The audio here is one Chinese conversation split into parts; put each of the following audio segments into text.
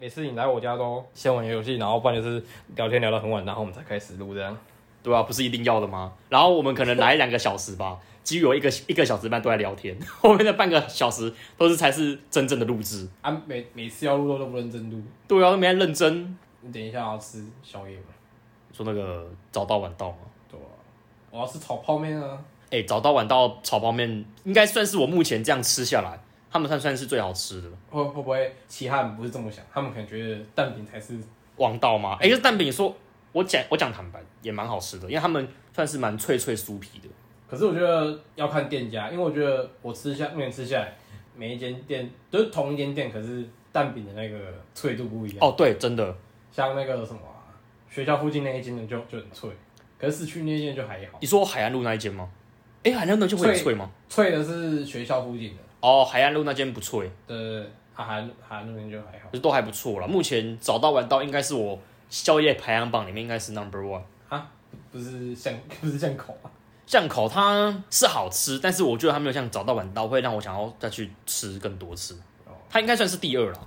每次你来我家都先玩游戏，然后不然就是聊天聊到很晚，然后我们才开始录这样。 对啊，不是一定要的吗？然后我们可能来2个小时吧，几乎有一个小时半都在聊天，后面的半个小时才是真正的录制啊。每次要录都不认真录。 对啊，都没在认真。 你等一下要吃宵夜吗？ 说那个早到晚到吗？ 对啊，我要吃炒泡面啊。 早到晚到炒泡面应该算是我目前这样吃下来，他们算是最好吃的。 会不会其他人不是这么想？他们可能觉得蛋饼才是王道吗？可是蛋饼说，我讲坦白也蛮好吃的，因为他们算是蛮脆酥皮的。 可是我觉得要看店家，因为我觉得我目前吃下来，每一间店都是同一间店，可是蛋饼的那个脆度不一样。 哦，对，真的。 像那个什么学校附近那一间的就很脆，可是市区那一间就还好。 你说海岸路那一间吗？海岸路那间会很脆吗？ 脆的是学校附近的。 哦，海岸路那间不脆。 对，海岸那边就还好， 可是都还不错啦。目前早到晚到应该是我宵夜排行榜里面应该是 No.1 啊，不是巷口吗？ 巷口它是好吃，但是我觉得它没有像早到晚到会让我想要再去吃更多次。它应该算是第2啦。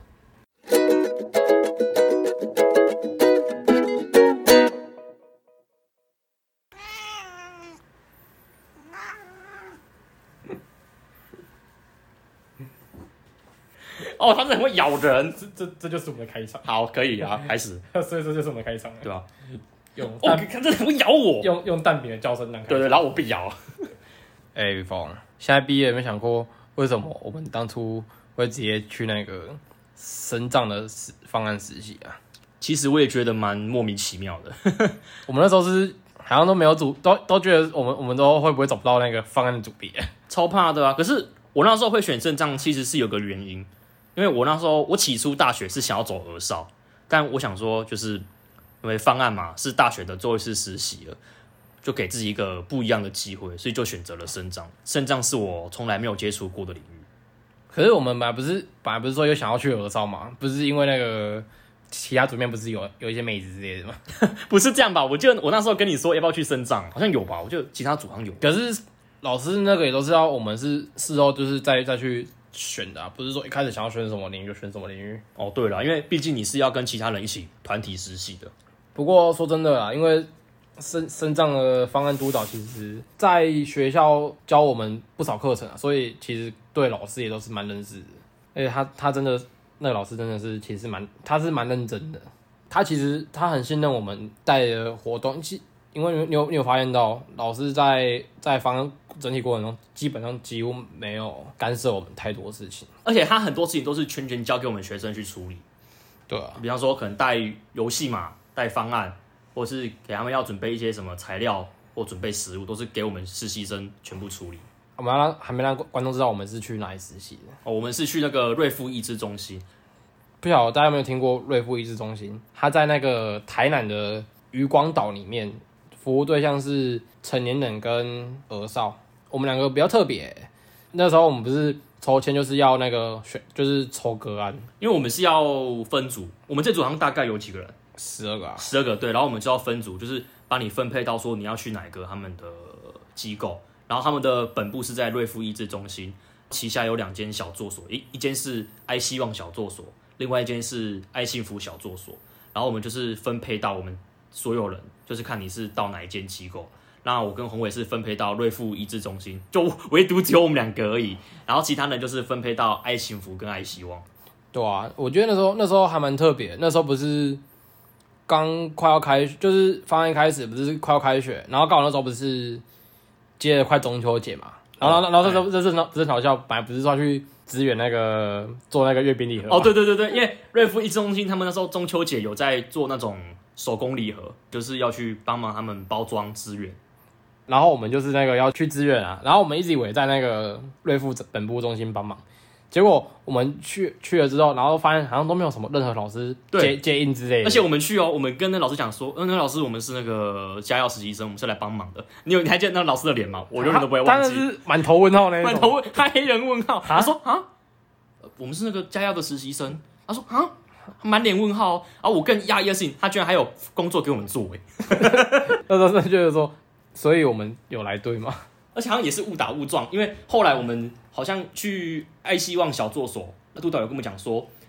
哦，他很会咬人， 这就是我们的开场。 好，可以啊，开始。 所以这就是我们的开场， 对吧？ 看这很会咬我， 用蛋饼的叫声让开场。 对，然后我被咬。 雨峰，现在毕业有没有想过，为什么我们当初会直接去那个身障的方案实习啊？ 其实我也觉得蛮莫名其妙的。 我们那时候是好像都没有都觉得我们都会不会找不到那个方案的组别， 超怕的啊！可是我那时候会选身障，其实是有个原因。因为我那时候我起初大学是想要走儿少，但我想说就是因为方案嘛是大学的最后一次实习了，就给自己一个不一样的机会，所以就选择了身障。身障是我从来没有接触过的领域。 可是我们本来不是说有想要去儿少嘛？不是因为那个其他组面不是有一些妹子之类的吗？ 不是这样吧？我记得我那时候跟你说要不要去身障，好像有吧？我记得其他组好像有。 可是老师那个也都是要我们是事后就是再去选的啊，不是说一开始想要选什么领域就选什么领域。 哦，对了，因为毕竟你是要跟其他人一起团体实习的。 不过说真的啦，因为身障的方案督导其实在学校教我们不少课程啊，所以其实对老师也都是蛮认识的。而且他真的那个老师真的是其实他是蛮认真的，他其实他很信任我们带的活动，因为你有发现到老师在方案整体过程中基本上几乎没有干涉我们太多事情， 而且他很多事情都是全权交给我们学生去处理。 对啊， 比方说可能带游戏嘛，带方案，或是给他们要准备一些什么材料或准备食物，都是给我们实习生全部处理。 我们还没让观众知道我们是去哪里实习的。 我们是去那个瑞富益智中心。 不晓得大家有没有听过瑞富益智中心？它在那个台南的渔光岛里面，服务对象是成年人跟儿少。我们两个比较特别，那时候我们不是抽签就是要那个就是抽个案， 因为我们是要分组，我们这组好像大概有几个人 ？12个啊 ，12个对，然后我们就要分组，就是帮你分配到说你要去哪个他们的机构，然后他们的本部是在瑞富益智中心，旗下有2间小作所，一间是爱希望小作所，另外一间是爱幸福小作所，然后我们就是分配到我们所有人，就是看你是到哪一间机构。那我跟宏伟是分配到瑞富益智中心，就唯独只有我们2个而已，然后其他人就是分配到爱幸福跟爱希望。 对啊，我觉得那时候还蛮特别，那时候不是刚快要就是方案一开始不是快要开学，然后刚好那时候不是接着快中秋节嘛，然后这时候不是好笑，本来不是说要去支援那个做那个月饼礼盒。 哦，对，因为瑞富益智中心他们那时候中秋节有在做那种手工礼盒，就是要去帮忙他们包装支援。 然后我们就是那个要去支援啊，然后我们一直以为在那个瑞富本部中心帮忙，结果我们去了之后，然后发现好像都没有什么任何老师接应之类的。 而且我们去我们跟那老师讲说，那老师我们是那个家教实习生，我们是来帮忙的。你还记得那老师的脸吗？我永远都不会忘记。 当然是满头问号那种。 满头他黑人问号。他说啊，我们是那个家教的实习生。他说啊，满脸问号。然后我更讶异的事情，他居然还有工作给我们做那时候觉得说。所以我们有来对吗？ 而且好像也是误打误撞，因为后来我们好像去爱希望小作所，那督导有跟我们讲说，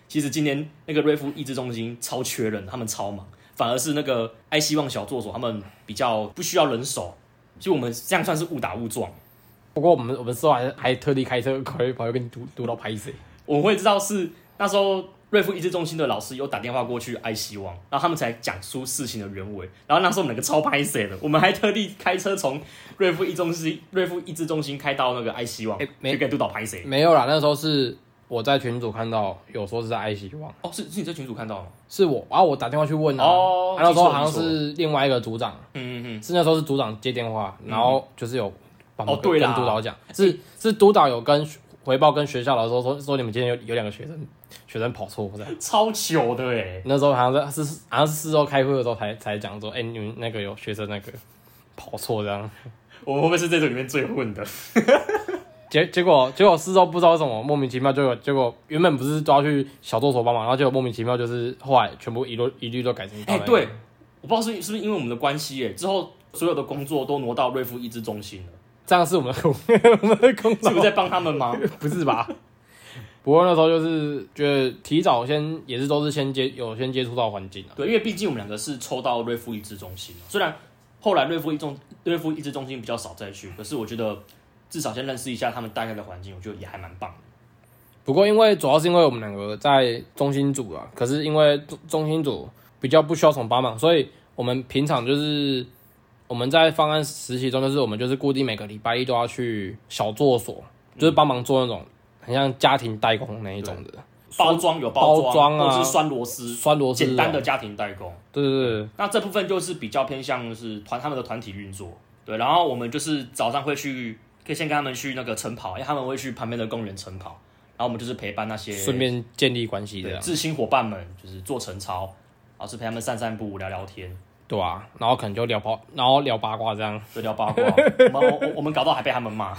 其实今年那个瑞夫益智中心超缺人，他们超忙，反而是那个爱希望小作所他们比较不需要人手，所以我们这样算是误打误撞。 不过我们事后还特地开车跑去跟督导拍摄。 我们会知道是那时候瑞夫益智中心的老师有打电话过去爱希望，然后他们才讲出事情的原委。然后那时候我们两个超拍摄的，我们还特地开车从瑞夫益智中心开到那个爱希望，去跟督导拍摄。 没有啦，那时候是我在群组看到有说是在爱希望。 哦，是你在群组看到吗？ 是我，然后我打电话去问哦， 那时候好像是另外一个组长，是那时候是组长接电话，然后就是有帮跟督导讲，是督导有跟回报跟学校老师说你们今天有2个学生跑错这样， 超糗的哎！ 那时候好像是事后开会的时候才讲说，你们那个有学生那个跑错这样， 我们会不会是这组里面最混的？ 结果事后不知道为什么莫名其妙结果原本不是都要去小作所帮忙，然后结果莫名其妙就是后来全部一律都改成对，我不知道是不是因为我们的关系之后所有的工作都挪到瑞夫益智中心了。 这样是我们的工作， 是不是在帮他们吗？ 不是吧？不过那时候就是觉得提早也是都是先接触到环境啊。 对，因为毕竟我们两个是抽到瑞夫益智中心，虽然后来瑞夫益智中心比较少再去，可是我觉得至少先认识一下他们大概的环境，我觉得也还蛮棒的。 不过主要是因为我们两个在中心组啊，可是因为中心组比较不需要什么帮忙，所以我们平常就是我们在方案实习中，就是我们就是固定每个礼拜一都要去小作所，就是帮忙做那种很像家庭代工那一种的包装啊，或者是栓螺丝简单的家庭代工。 对。 那这部分就是比较偏向是他们的团体运作。对，然后我们就是早上会去，可以先跟他们去那个晨跑，因为他们会去旁边的公园晨跑，然后我们就是陪伴那些顺便建立关系的志新伙伴们，就是做晨操，然后是陪他们散步聊聊天。 对啊，然后可能就聊八卦这样， 对，聊八卦。我们搞到还被他们骂。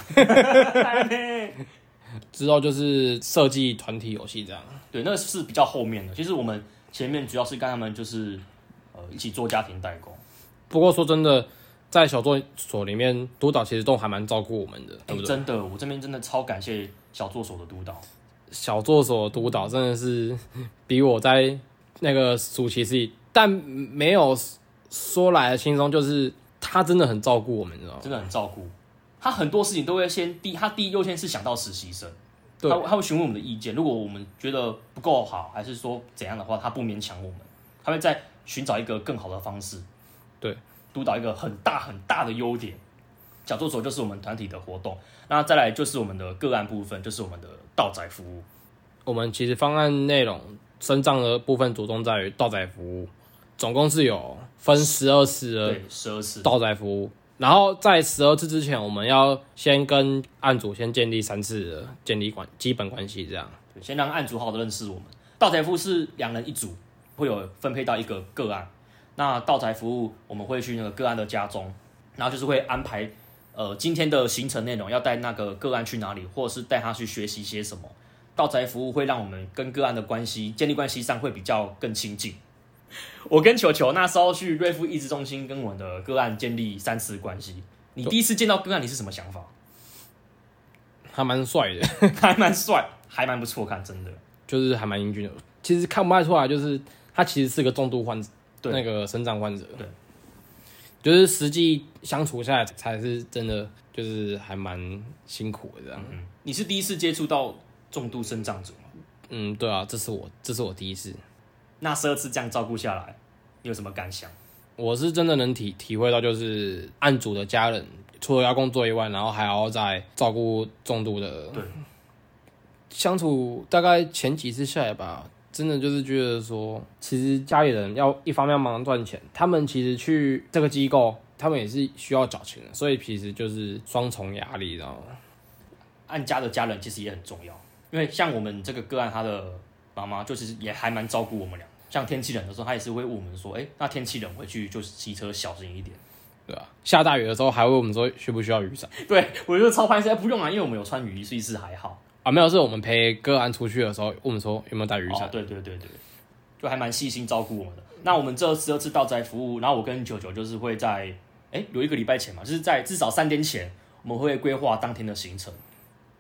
之后就是设计团体游戏这样。 对，那是比较后面的。其实我们前面主要是跟他们就是一起做家庭代工。 不过说真的，在小作所里面，督导其实都还蛮照顾我们的，对不对？ 真的，我这边真的超感谢小作所的督导。 小作所的督导真的是比我在那个暑期实习，但没有说来的轻松，就是他真的很照顾我们，你知道吗？ 真的很照顾。他很多事情都会他第一优先是想到实习生， 对， 他会询问我们的意见。如果我们觉得不够好，还是说怎样的话，他不勉强我们，他会再寻找一个更好的方式。 对， 督导一个很大很大的优点。小作所就是我们团体的活动，那再来就是我们的个案部分，就是我们的到宅服务。 我们其实方案内容身障的部分着重在于到宅服务，总共是有分12次的到宅服务。然后在12次之前，我们要先跟案主先建立3次的基本关系，这样先让案主好好的认识我们。到宅服务是2人1组，会有分配到一个个案。那到宅服务我们会去那个个案的家中，然后就是会安排今天的行程内容，要带那个个案去哪里，或者是带他去学习些什么。到宅服务会让我们跟个案的关系建立关系上会比较更亲近。我跟球球那时候去瑞夫益智中心跟我的个案建立3次关系。你第一次见到个案，你是什么想法？ 还蛮帅的， 还蛮帅，还蛮不错看，真的就是还蛮英俊的。其实看不太出来，就是他其实是个重度患者，那个身障患者。 对， 就是实际相处下来才是真的，就是还蛮辛苦的这样。 你是第一次接触到重度身障者吗？ 对啊，这是我第一次。 那12次这样照顾下来，你有什么感想？ 我是真的能体会到，就是案主的家人除了要工作以外，然后还要再照顾重度的。 对， 相处大概前几次下来吧，真的就是觉得说，其实家里人要一方面忙赚钱，他们其实去这个机构，他们也是需要缴钱的，所以其实就是双重压力，知道吗？ 案家的家人其实也很重要，因为像我们这个个案，他的妈妈就其实也还蛮照顾我们俩。像天气冷的时候，他也是会问我们说：“那天气冷回去就骑车小心一点。” 对啊，下大雨的时候还会问我们说需不需要雨伞。 对，我觉得超拍摄不用啊，因为我们有穿雨衣，所以是还好啊。没有，是我们陪个案出去的时候问我们说有没有带雨伞。 对，就还蛮细心照顾我们的。那我们这12次到宅服务，然后我跟九九就是会在有1个礼拜前嘛，就是在至少3天前，我们会规划当天的行程。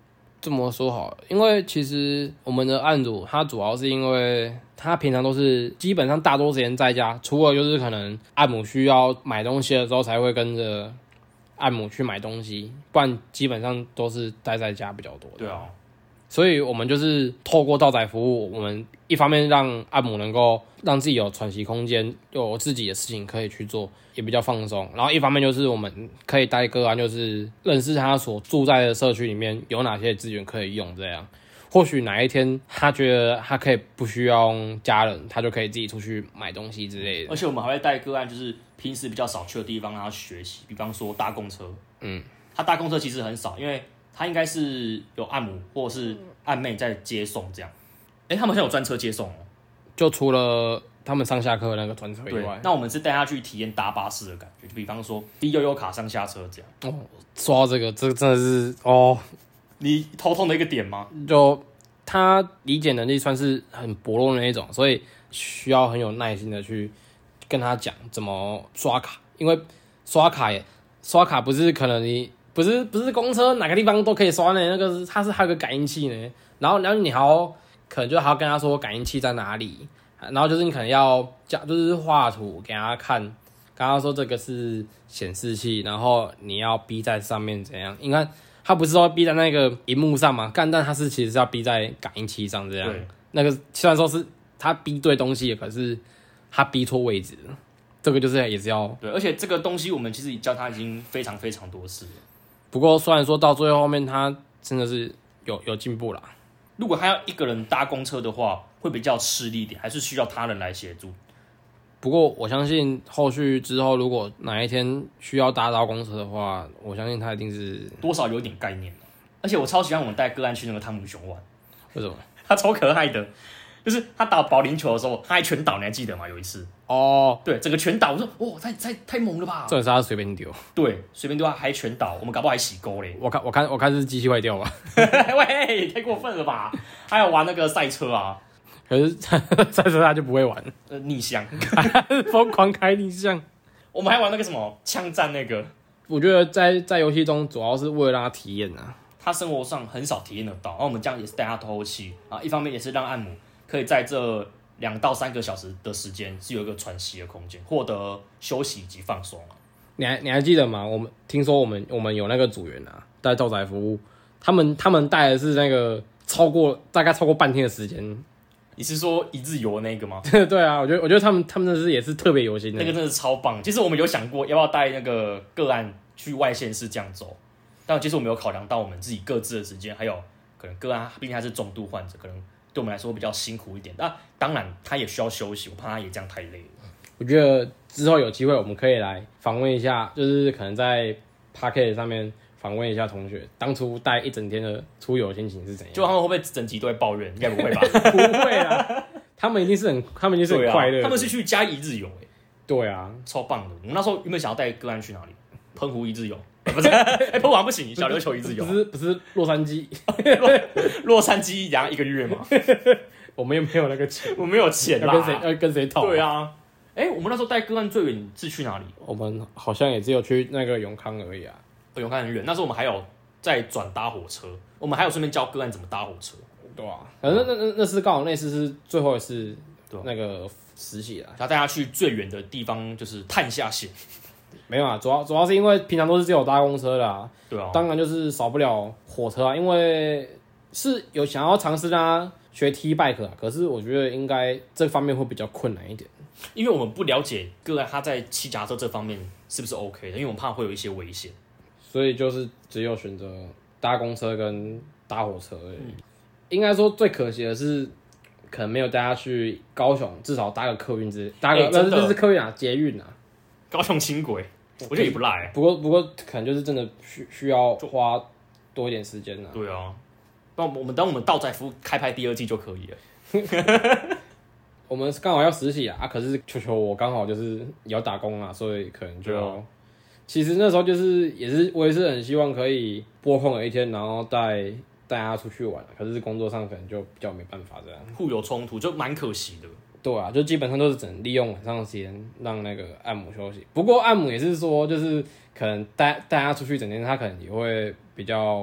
这么说好了，因为其实我们的案主他主要是因为他平常都是基本上大多时间在家，除了就是可能按摩需要买东西的时候才会跟着按摩去买东西，不然基本上都是待在家比较多的。 对啊， 所以我们就是透过到宅服务，我们一方面让按摩能够让自己有喘息空间，有自己的事情可以去做，也比较放松。然后一方面就是我们可以带个案，就是认识他所住在的社区里面有哪些资源可以用，这样。或许哪一天他觉得他可以不需要家人，他就可以自己出去买东西之类的。 而且我们还会带个案，就是平时比较少去的地方让他学习，比方说搭公车。他搭公车其实很少，因为他应该是有按摩或是按妹在接送这样。他们现在有专车接送哦。 就除了他们上下课的那个专车以外， 那我们是带他去体验搭巴士的感觉，就比方说滴悠悠卡上下车这样。 说到这个真的是你头痛的一个点吗？ 就他理解能力算是很薄弱的那一种，所以需要很有耐心的去跟他讲怎么刷卡，因为刷卡不是可能你不是公车哪个地方都可以刷呢，那个它是还有个感应器呢，然后你还要可能就还要跟他说感应器在哪里，然后就是你可能要就是画图给他看，跟他说这个是显示器，然后你要逼在上面怎样，你看。他不是说逼在那个荧幕上嘛，但他是其实是要逼在感应器上这样。那个虽然说是他逼对东西，可是他逼错位置，这个就是也是要对。而且这个东西我们其实教他已经非常非常多次了。 不过虽然说到最后面他真的是有进步啦。 如果他要一个人搭公车的话，会比较吃力一点，还是需要他人来协助？ 不过我相信后续之后，如果哪一天需要搭到公车的话，我相信他一定是多少有点概念。而且我超喜欢我们带个案去那个汤姆熊玩。 为什么？ 他超可爱的，就是他打保龄球的时候，他还全倒，你还记得吗？有一次对，整个全倒，我说太猛了吧！ 这种是他随便丢， 对，随便丢还全倒，我们搞不好还洗沟嘞。 我看是机器坏掉吧？ 喂，太过分了吧！还有玩那个赛车啊。 可是赛车他就不会玩， 逆向， 疯狂开逆向。 我们还玩那个什么枪战那个。 我觉得在游戏中主要是为了让他体验啊， 他生活上很少体验得到。然后我们这样也是带他透透气啊，一方面也是让按摩可以在这2到3个小时的时间是有一个喘息的空间，获得休息以及放松啊。 你还记得吗？我们听说我们有那个组员啊，带到宅服务，他们带的是那个大概超过半天的时间。 你是说一日游那个吗？ 对啊，我觉得他们真的是也是特别有心的， 那个真的是超棒。其实我们有想过要不要带那个个案去外县市这样走，但其实我们有考量到我们自己各自的时间，还有可能个案毕竟他是重度患者，可能对我们来说比较辛苦一点。那当然他也需要休息，我怕他也这样太累了。 我觉得之后有机会我们可以来访问一下，就是可能在 Podcast 上面访问一下同学，当初带一整天的出游心情是怎样？ 就他们会不会整集都在抱怨？应该不会吧？ 不会啦，他们一定是很快乐的。 他们是去嘉义一日游， 对啊， 超棒的。我们那时候原本想要带个案去哪里？澎湖一日游，不是？澎湖不行，小琉球一日游， 不是洛杉矶， 洛杉矶养1个月嘛。 我们又没有那个钱， 我没有钱啦， 要跟谁讨？ 对啊。我们那时候带个案最远是去哪里？ 我们好像也只有去那个永康而已啊。 永康很远，那时候我们还有再转搭火车，我们还有顺便教个案怎么搭火车。 对啊，可是那是刚好那次是最后一次那个实习啦， 他带他去最远的地方就是探下线。 没有啊，主要是因为平常都是只有搭公车啦， 对啊， 当然就是少不了火车啊，因为是有想要尝试让他学 T bike 啊，可是我觉得应该这方面会比较困难一点。 因为我们不了解个案他在骑脚踏车这方面是不是 OK 的，因为我们怕会有一些危险， 所以就是只有选择搭公车跟搭火车而已。应该说最可惜的是，可能没有带他去高雄，至少搭个客运这是客运啊，捷运啊， 高雄轻轨，我觉得也不赖。 不过可能就是真的需要花多一点时间啊。 对啊，等我们到宅服务开拍第2季就可以了。 我们刚好要实习啊，可是球我刚好就是要打工啊，所以可能就，其实那时候就是我也是很希望可以拨空了一天，然后带他出去玩，可是工作上可能就比较没办法这样， 互有冲突就蛮可惜的。 对啊，就基本上都是只能利用晚上的时间让那个按摩休息。不过按摩也是说，就是可能带他出去整天，他可能也会比较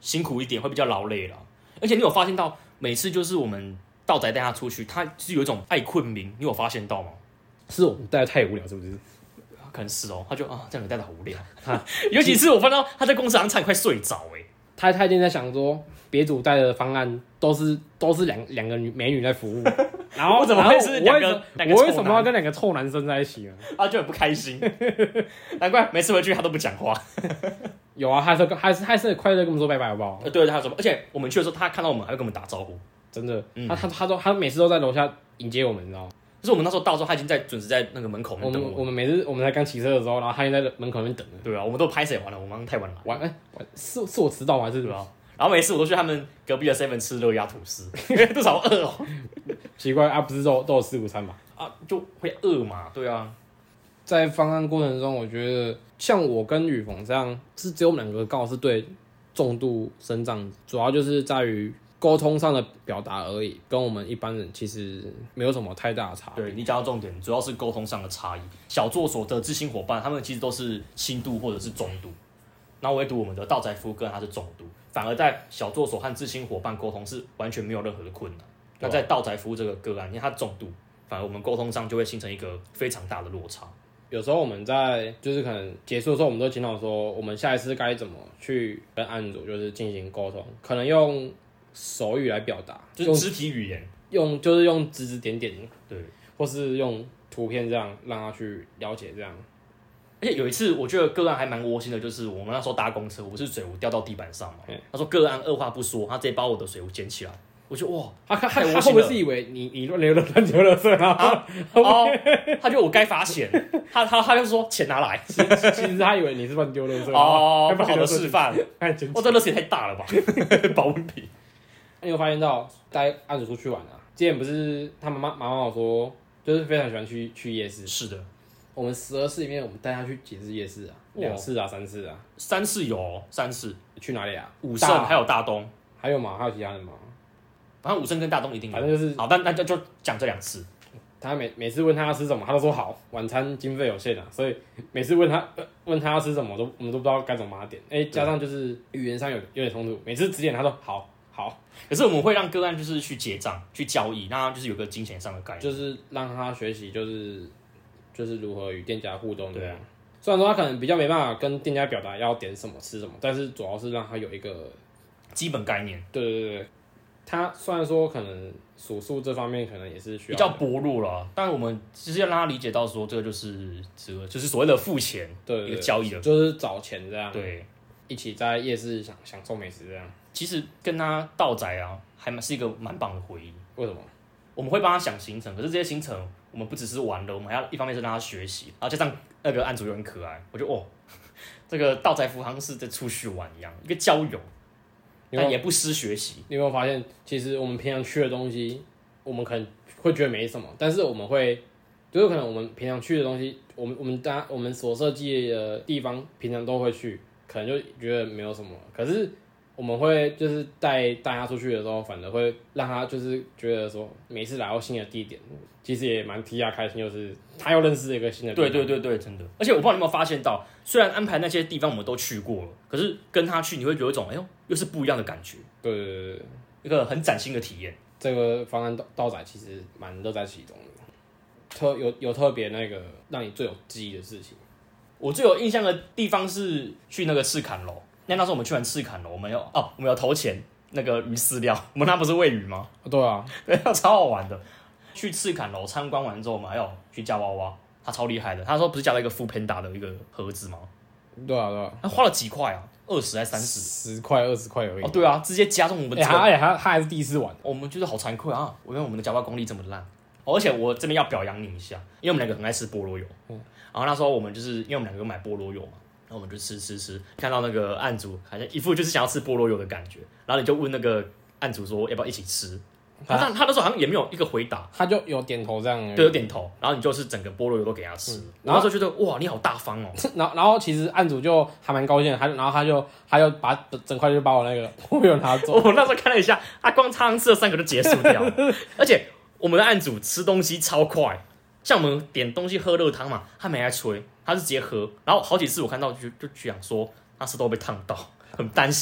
辛苦一点，会比较劳累啦。而且你有发现到，每次就是我们道仔带他出去，他就是有一种爱困名，你有发现到吗？ 是我们带的太无聊，是不是？ 可能是哦，他就这样带的好无聊。尤其是我发现到他在公司好像差点快睡着他一定在想说，别组带的方案都是两个美女在服务，然后我怎么会是两个我为什么要跟两个臭男生在一起呢？ 他就很不开心，难怪每次回去他都不讲话。 有啊，还是快乐跟我们说拜拜好不好？ 对，他说，而且我们去的时候，他看到我们还会跟我们打招呼， 真的，他每次都在楼下迎接我们，你知道吗？ 就是我们那时候到的时候，他已经准时在那个门口那等我们。 我们每次我们才刚骑车的时候，然后他已经在门口那边等了。 对啊，我们都拍谁完了，我们太晚来。 是我迟到吗？还是对啊？然后每次我都去他们隔壁的 Seven 吃热鸭吐司，因为多少饿哦。 奇怪啊，不是都有吃午餐嘛？ 就会饿嘛。对啊， 在方案过程中，我觉得像我跟雨逢这样，是只有我们两个刚好是对重度身障，主要就是在于沟通上的表达而已，跟我们一般人其实没有什么太大的差别。 对，你讲到重点，主要是沟通上的差异。小作所的知心伙伴，他们其实都是轻度或者是中度，然后唯独我们的道宅服务个案他是重度，反而在小作所和知心伙伴沟通是完全没有任何的困难。那在道宅服务这个个案，因为它重度，反而我们沟通上就会形成一个非常大的落差。 有时候我们在就是可能结束的时候，我们都检讨说，我们下一次该怎么去跟案主就是进行沟通，可能用手语来表达， 就是肢体语言， 用指指点点，对，或是用图片这样让他去了解这样。 而且有一次，我觉得个案还蛮窝心的，就是我们那时候搭公车，我不是水壶掉到地板上嘛，他说个案二话不说，他直接把我的水壶捡起来。我就哇，他会不会是以为你乱丢垃圾啊？ 他觉得我该罚钱，他就说钱拿来。 其实他以为你是乱丢垃圾不好的示范。这垃圾也太大了吧，保温瓶。 你有发现到带案主出去玩啊？之前不是他妈妈我说，就是非常喜欢去夜市。 是的， 我们12次里面，我们带他去几次夜市啊？2次啊，3次啊 ？3次有3次。 去哪里啊？ 武圣还有大东， 还有吗？还有其他人吗？ 反正武圣跟大东一定有， 反正就是好，但就讲这2次。 他每次问他要吃什么，他都说好，晚餐经费有限啊，所以每次问他要吃什么，我们都不知道该怎么帮他点。加上就是语言上有点冲突，每次指点他说好。 可是我们会让个案就是去结账、去交易，让他就是有个金钱上的概念， 就是让他学习就是如何与店家互动。对啊，虽然说他可能比较没办法跟店家表达要点什么吃什么，但是主要是让他有一个基本概念。 对。他虽然说可能数数这方面可能也是需要比较薄弱了，但我们其实要让他理解到说，这个就是所谓的付钱， 对， 一个交易的， 就是找钱这样， 对， 一起在夜市享受美食这样。 其实跟他道宅啊，是一个蛮棒的回忆。 为什么？ 我们会帮他想行程，可是这些行程我们不只是玩了，我们还要一方面是让他学习，然后加上那个案主又很可爱，我觉得这个道宅服好像是在出去玩一样，一个交友。但也不失学习。 你有没有发现，其实我们平常去的东西，我们可能会觉得没什么，但是我们会，就是可能我们平常去的东西，我们所设计的地方，平常都会去，可能就觉得没有什么。可是我们会就是带他出去的时候，反而会让他就是觉得说，每次来到新的地点，其实也蛮替他开心，就是他又认识了一个新的地方。 对，真的。而且我不知道你有没有发现到，虽然安排那些地方我们都去过了，可是跟他去，你会觉得有一种又是不一样的感觉。 对， 一个很崭新的体验。 这个方案道仔其实蛮乐在其中的，有特别那个让你最有记忆的事情。 我最有印象的地方是去那个赤坎楼。那时候我们去完赤坎楼，我们有投钱那个鱼饲料，我们那不是喂鱼吗？ 对啊， 对，超好玩的。去赤坎楼参观完之后，我们还有去夹娃娃，他超厉害的。他说不是夹了一个Foodpanda的一个盒子吗？ 对啊。 他花了几块啊？20还30？10 块20块而已。 对啊，直接加重我们。 他还是第一次玩， 我们觉得好惭愧啊！因为我们的夹娃娃功力这么烂。而且我这边要表扬你一下，因为我们2个很爱吃菠萝油。然后那时候我们就是因为我们2个有买菠萝油嘛。然后我们就吃，看到那个案主好像一副就是想要吃菠萝油的感觉，然后你就问那个案主说要不要一起吃，他那时候好像也没有一个回答， 他就有点头这样， 对，有点头，然后你就是整个菠萝油都给他吃，然后就觉得哇你好大方哦， 然后其实案主就还蛮高兴的，然后他就把整块就把我那个菠萝油拿走， 我那时候看了一下，他光常吃了3个就结束掉了，而且我们的案主吃东西超快。像我们点东西喝热汤嘛，他没来吹，他是直接喝。然后好几次我看到就想说他舌头被烫到，很担心。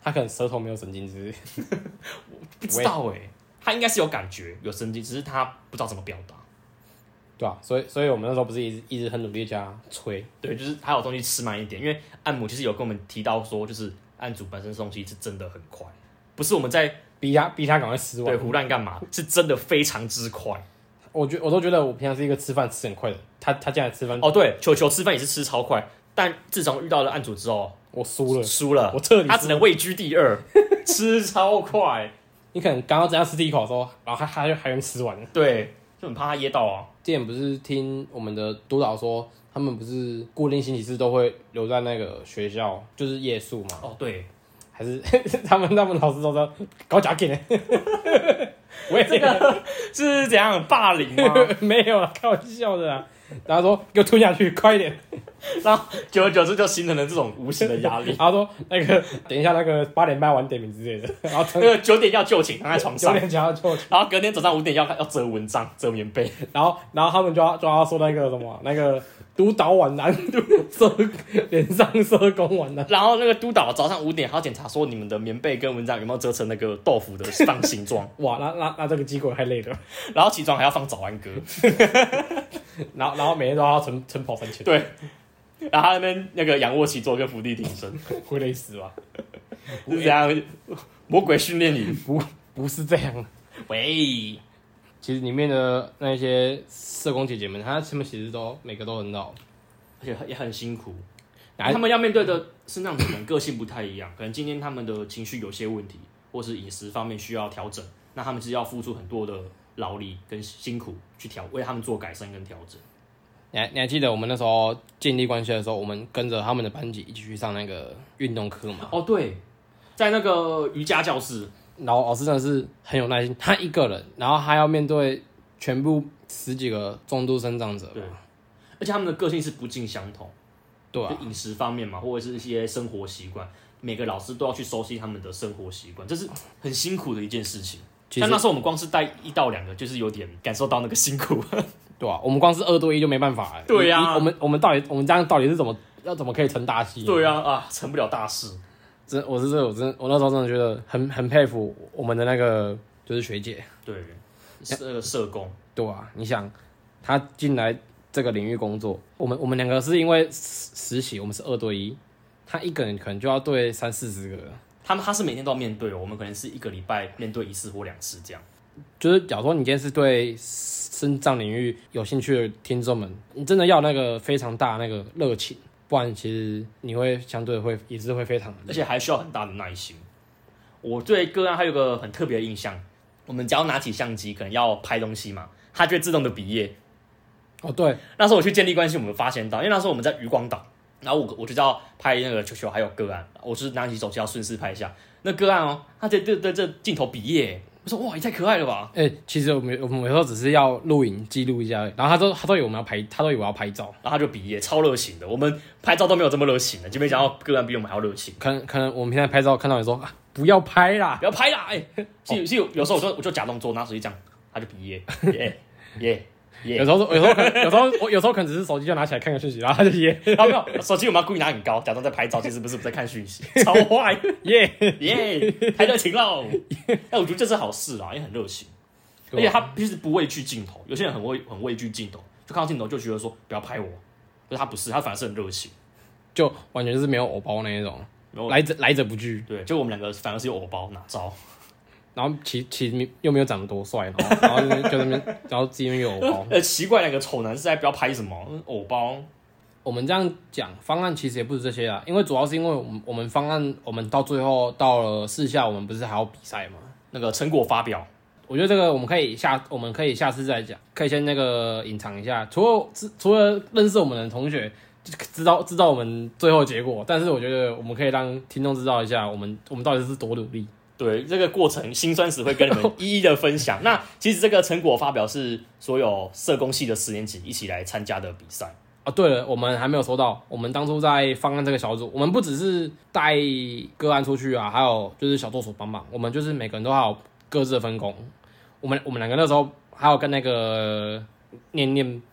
他可能舌头没有神经之类的， 不知道他应该是有感觉有神经，只是他不知道怎么表达。 对啊，所以我们那时候不是一直很努力加催， 对，就是还有东西吃慢一点，因为按摩其实有跟我们提到说，就是案主本身东西是真的很快，不是我们在逼他赶快吃完， 对胡乱干嘛，是真的非常之快。 我都觉得我平常是一个吃饭吃很快的，他竟然吃饭对，球吃饭也是吃超快，但自从遇到了案主之后， 我输了， 我彻底他只能位居第2，吃超快。 你可能刚刚这样吃第一口的时候，然后他就还能吃完， 对，就很怕他噎到啊。 之前不是听我们的督导说，他们不是固定星期四都会留在那个学校，就是夜宿嘛？ 对， 还是他们老师都说搞假给呢？我也这个是怎样霸凌吗？ 没有啦，开玩笑的啦。然后说给我吞下去，快一点。 然后久而久之就形成了这种无形的压力。 他说那个等一下那个8点半晚点名之类的，然后那个9点要就寝，躺在床上。 9点要就寝， 然后隔天早上5点要折蚊帐、折棉被。 然后他们就要说那个什么那个督导晚安，脸上社工晚安。 然后那个督导早上5点还要检查说你们的棉被跟蚊帐有没有折成那个豆腐的放形状。 哇，那这个机构太累了。 然后起床还要放早安歌。 然后每天都要晨跑3000。 对。然后他那边那个仰卧起坐跟伏地挺身， 会累死吧？ 是这样，魔鬼训练营不是这样。 喂， 其实里面的那些社工姐姐们，她们其实每个都很好， 而且也很辛苦。他们要面对的身障者可能个性不太一样，可能今天他们的情绪有些问题，或是饮食方面需要调整，那他们是要付出很多的劳力跟辛苦去为他们做改善跟调整。 你还记得我们那时候建立关系的时候，我们跟着他们的班级一起去上那个运动课吗？ 对，在那个瑜伽教室， 然后老师真的是很有耐心，他一个人，然后他要面对全部10几个重度身障者， 对，而且他们的个性是不尽相同， 对啊， 就饮食方面嘛，或者是一些生活习惯，每个老师都要去熟悉他们的生活习惯，这是很辛苦的一件事情。像那时候我们光是带1到2个，就是有点感受到那个辛苦。 对啊，我们光是2对1就没办法。 对啊， 我们这样到底是怎么可以成大器？ 对啊，成不了大事。 我那时候真的觉得很佩服我们的那个就是学姐。 对，社工。对啊，你想他进来这个领域工作，我们2个是因为实习，我们是2对1，他一个人可能就要对30-40个。 他是每天都要面对，我们可能是1个礼拜面对1次或2次这样。 就是假如说你今天是对身障领域有兴趣的听众们，你真的要那个非常大的那个热情，不然其实你会相对也是会非常， 而且还需要很大的耐心。我对个案还有个很特别的印象，我们只要拿起相机，可能要拍东西嘛，它就会自动的比耶。 对， 那时候我去建立关系，我们发现到，因为那时候我们在渔光岛，然后我就要拍那个球还有个案，我就是拿起手机要顺势拍一下那个案他对这镜头比耶。我说哇，也太可爱了吧！ 其实我们有时候只是要录影记录一下，然后他都以为我们要拍，他都以为我要拍照， 然后他就比耶，超热情的。我们拍照都没有这么热情的，就没想到个案比我们还要热情。 可能我们平常拍照看到你说不要拍啦， 不要拍啦，是有时候我就假动作拿手机这样，他就比耶。 有时候可能只是手机就拿起来看个讯息，然后他就耶， 然后没有手机我们要故意拿很高，假装在拍照，其实不是在看讯息，超坏耶，太热情喽！我觉得这是好事啦，因为很热情，而且他其实不畏惧镜头，有些人很畏惧镜头，就看到镜头就觉得说不要拍我，可是他不是，他反而是很热情， 就完全是没有偶包那一种，来者不拒。 对，就我们2个反而是有偶包哪招。 然后其实又没有长得多帅，然后就那边，然后自己有偶包。 奇怪，2个丑男是在不要拍什么偶包？ 我们这样讲方案其实也不是这些啦，因为主要是因为我们方案，我们到最后到了4下，我们不是还要比赛吗？ 那个成果发表， 我觉得这个我们可以下次再讲，可以先那个隐藏一下。除了认识我们的同学知道我们最后结果，但是我觉得我们可以让听众知道一下，我们到底是多努力。 对，这个过程辛酸史会跟你们一一的分享。那其实这个成果发表是所有社工系的10年级一起来参加的比赛。 对了，我们还没有收到。我们当初在方案这个小组，我们不只是带个案出去啊，还有就是小作所帮忙。我们就是每个人都还有各自的分工。我们2个那时候还有跟那个念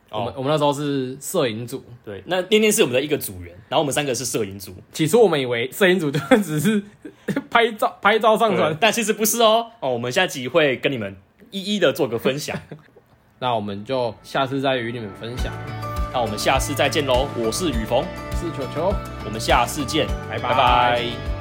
我们那时候是摄影组， 对，那念念是我们的一个组员，然后我们3个是摄影组。 起初我们以为摄影组就只是拍照上传， 但其实不是哦。我们下集会跟你们一一的做个分享。 那我们就下次再与你们分享。 那我们下次再见喽！我是雨逢， 是球球， 我们下次见， 拜拜拜。